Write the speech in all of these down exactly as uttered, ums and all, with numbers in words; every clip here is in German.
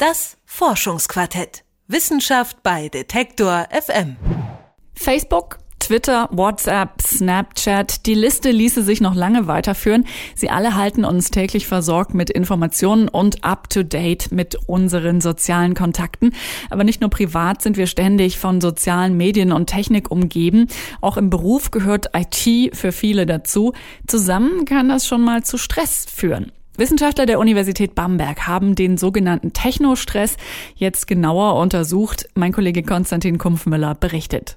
Das Forschungsquartett. Wissenschaft bei Detektor F M. Facebook, Twitter, WhatsApp, Snapchat, die Liste ließe sich noch lange weiterführen. Sie alle halten uns täglich versorgt mit Informationen und up-to-date mit unseren sozialen Kontakten. Aber nicht nur privat sind wir ständig von sozialen Medien und Technik umgeben. Auch im Beruf gehört I T für viele dazu. Zusammen kann das schon mal zu Stress führen. Wissenschaftler der Universität Bamberg haben den sogenannten Technostress jetzt genauer untersucht. Mein Kollege Konstantin Kumpfmüller berichtet.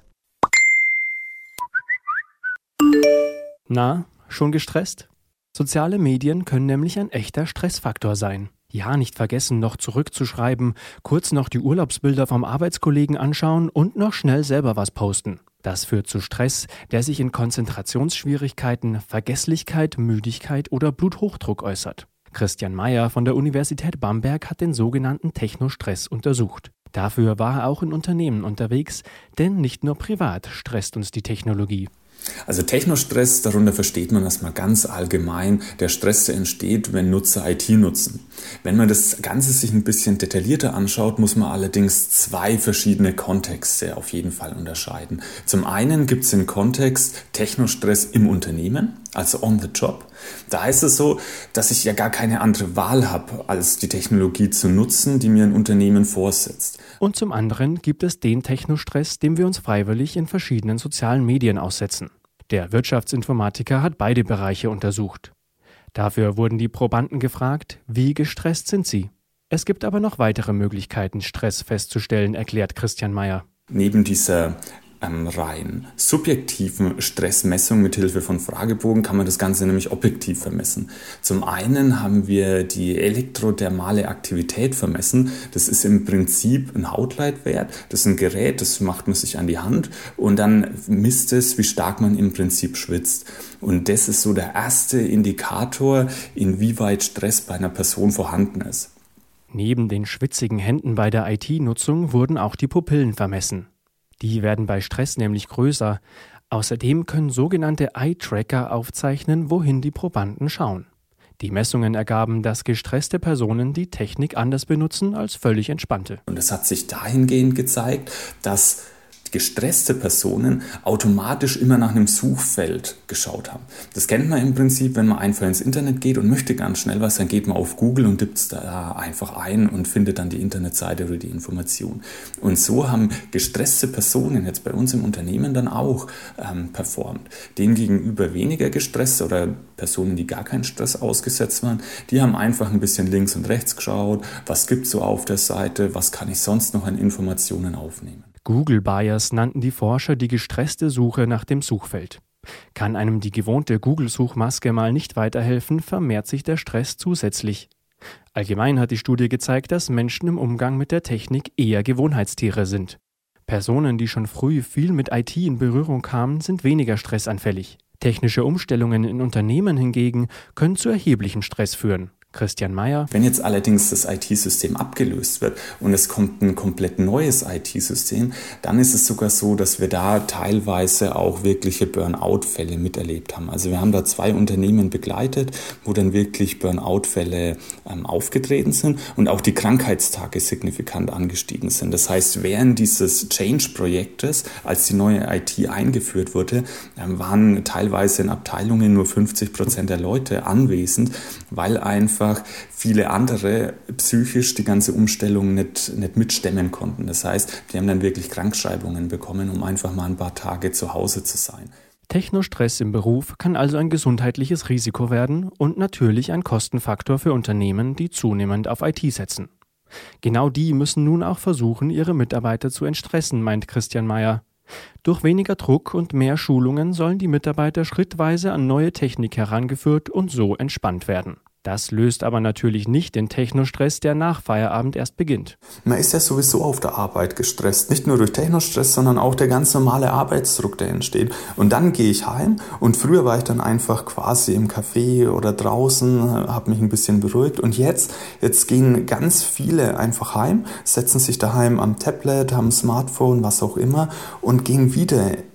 Na, schon gestresst? Soziale Medien können nämlich ein echter Stressfaktor sein. Ja, nicht vergessen, noch zurückzuschreiben, kurz noch die Urlaubsbilder vom Arbeitskollegen anschauen und noch schnell selber was posten. Das führt zu Stress, der sich in Konzentrationsschwierigkeiten, Vergesslichkeit, Müdigkeit oder Bluthochdruck äußert. Christian Mayer von der Universität Bamberg hat den sogenannten Technostress untersucht. Dafür war er auch in Unternehmen unterwegs, denn nicht nur privat stresst uns die Technologie. Also Technostress, darunter versteht man erstmal ganz allgemein der Stress, der entsteht, wenn Nutzer I T nutzen. Wenn man das Ganze sich ein bisschen detaillierter anschaut, muss man allerdings zwei verschiedene Kontexte auf jeden Fall unterscheiden. Zum einen gibt es den Kontext Technostress im Unternehmen, also on the job. Da ist es so, dass ich ja gar keine andere Wahl habe, als die Technologie zu nutzen, die mir ein Unternehmen vorsetzt. Und zum anderen gibt es den Technostress, dem wir uns freiwillig in verschiedenen sozialen Medien aussetzen. Der Wirtschaftsinformatiker hat beide Bereiche untersucht. Dafür wurden die Probanden gefragt, wie gestresst sind sie. Es gibt aber noch weitere Möglichkeiten, Stress festzustellen, erklärt Christian Mayer. Neben dieser ähm, rein subjektiven Stressmessung mit Hilfe von Fragebogen kann man das Ganze nämlich objektiv vermessen. Zum einen haben wir die elektrodermale Aktivität vermessen. Das ist im Prinzip ein Hautleitwert. Das ist ein Gerät, das macht man sich an die Hand und dann misst es, wie stark man im Prinzip schwitzt. Und das ist so der erste Indikator, inwieweit Stress bei einer Person vorhanden ist. Neben den schwitzigen Händen bei der I T-Nutzung wurden auch die Pupillen vermessen. Die werden bei Stress nämlich größer. Außerdem können sogenannte Eye-Tracker aufzeichnen, wohin die Probanden schauen. Die Messungen ergaben, dass gestresste Personen die Technik anders benutzen als völlig entspannte. Und es hat sich dahingehend gezeigt, dass gestresste Personen automatisch immer nach einem Suchfeld geschaut haben. Das kennt man im Prinzip, wenn man einfach ins Internet geht und möchte ganz schnell was, dann geht man auf Google und tippt es da einfach ein und findet dann die Internetseite oder die Information. Und so haben gestresste Personen jetzt bei uns im Unternehmen dann auch ähm, performt. Demgegenüber weniger gestresst oder Personen, die gar keinen Stress ausgesetzt waren, die haben einfach ein bisschen links und rechts geschaut, was gibt es so auf der Seite, was kann ich sonst noch an Informationen aufnehmen. Google Bias nannten die Forscher die gestresste Suche nach dem Suchfeld. Kann einem die gewohnte Google-Suchmaske mal nicht weiterhelfen, vermehrt sich der Stress zusätzlich. Allgemein hat die Studie gezeigt, dass Menschen im Umgang mit der Technik eher Gewohnheitstiere sind. Personen, die schon früh viel mit I T in Berührung kamen, sind weniger stressanfällig. Technische Umstellungen in Unternehmen hingegen können zu erheblichem Stress führen. Christian Mayer. Wenn jetzt allerdings das I T-System abgelöst wird und es kommt ein komplett neues I T-System, dann ist es sogar so, dass wir da teilweise auch wirkliche Burnout-Fälle miterlebt haben. Also wir haben da zwei Unternehmen begleitet, wo dann wirklich Burnout-Fälle ähm, aufgetreten sind und auch die Krankheitstage signifikant angestiegen sind. Das heißt, während dieses Change-Projektes, als die neue I T eingeführt wurde, ähm, waren teilweise in Abteilungen nur fünfzig Prozent der Leute anwesend, weil einfach viele andere psychisch die ganze Umstellung nicht, nicht mitstemmen konnten. Das heißt, die haben dann wirklich Krankschreibungen bekommen, um einfach mal ein paar Tage zu Hause zu sein. Technostress im Beruf kann also ein gesundheitliches Risiko werden und natürlich ein Kostenfaktor für Unternehmen, die zunehmend auf I T setzen. Genau die müssen nun auch versuchen, ihre Mitarbeiter zu entstressen, meint Christian Mayer. Durch weniger Druck und mehr Schulungen sollen die Mitarbeiter schrittweise an neue Technik herangeführt und so entspannt werden. Das löst aber natürlich nicht den Technostress, der nach Feierabend erst beginnt. Man ist ja sowieso auf der Arbeit gestresst. Nicht nur durch Technostress, sondern auch der ganz normale Arbeitsdruck, der entsteht. Und dann gehe ich heim und früher war ich dann einfach quasi im Café oder draußen, habe mich ein bisschen beruhigt. Und jetzt, jetzt gehen ganz viele einfach heim, setzen sich daheim am Tablet, am Smartphone, was auch immer und gehen wieder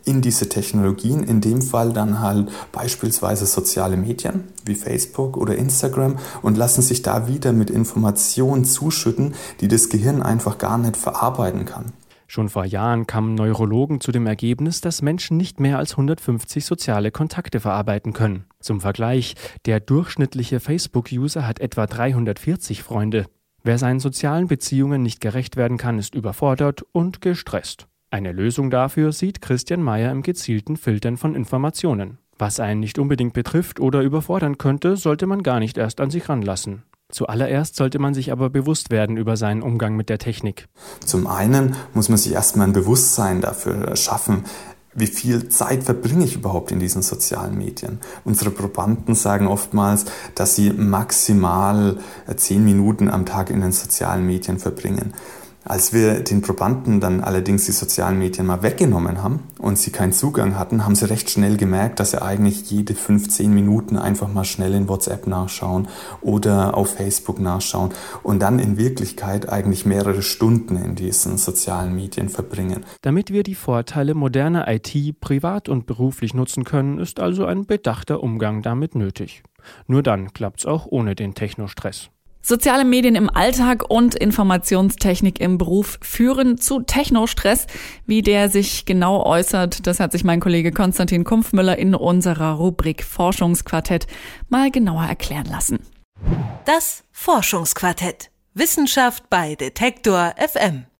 in diese Technologien, in dem Fall dann halt beispielsweise soziale Medien wie Facebook oder Instagram und lassen sich da wieder mit Informationen zuschütten, die das Gehirn einfach gar nicht verarbeiten kann. Schon vor Jahren kamen Neurologen zu dem Ergebnis, dass Menschen nicht mehr als hundertfünfzig soziale Kontakte verarbeiten können. Zum Vergleich, der durchschnittliche Facebook-User hat etwa dreihundertvierzig Freunde. Wer seinen sozialen Beziehungen nicht gerecht werden kann, ist überfordert und gestresst. Eine Lösung dafür sieht Christian Meyer im gezielten Filtern von Informationen. Was einen nicht unbedingt betrifft oder überfordern könnte, sollte man gar nicht erst an sich ranlassen. Zuallererst sollte man sich aber bewusst werden über seinen Umgang mit der Technik. Zum einen muss man sich erstmal ein Bewusstsein dafür schaffen, wie viel Zeit verbringe ich überhaupt in diesen sozialen Medien. Unsere Probanden sagen oftmals, dass sie maximal zehn Minuten am Tag in den sozialen Medien verbringen. Als wir den Probanden dann allerdings die sozialen Medien mal weggenommen haben und sie keinen Zugang hatten, haben sie recht schnell gemerkt, dass sie eigentlich jede fünfzehn Minuten einfach mal schnell in WhatsApp nachschauen oder auf Facebook nachschauen und dann in Wirklichkeit eigentlich mehrere Stunden in diesen sozialen Medien verbringen. Damit wir die Vorteile moderner I T privat und beruflich nutzen können, ist also ein bedachter Umgang damit nötig. Nur dann klappt's auch ohne den Technostress. Soziale Medien im Alltag und Informationstechnik im Beruf führen zu Technostress. Wie der sich genau äußert, das hat sich mein Kollege Konstantin Kumpfmüller in unserer Rubrik Forschungsquartett mal genauer erklären lassen. Das Forschungsquartett. Wissenschaft bei Detektor F M.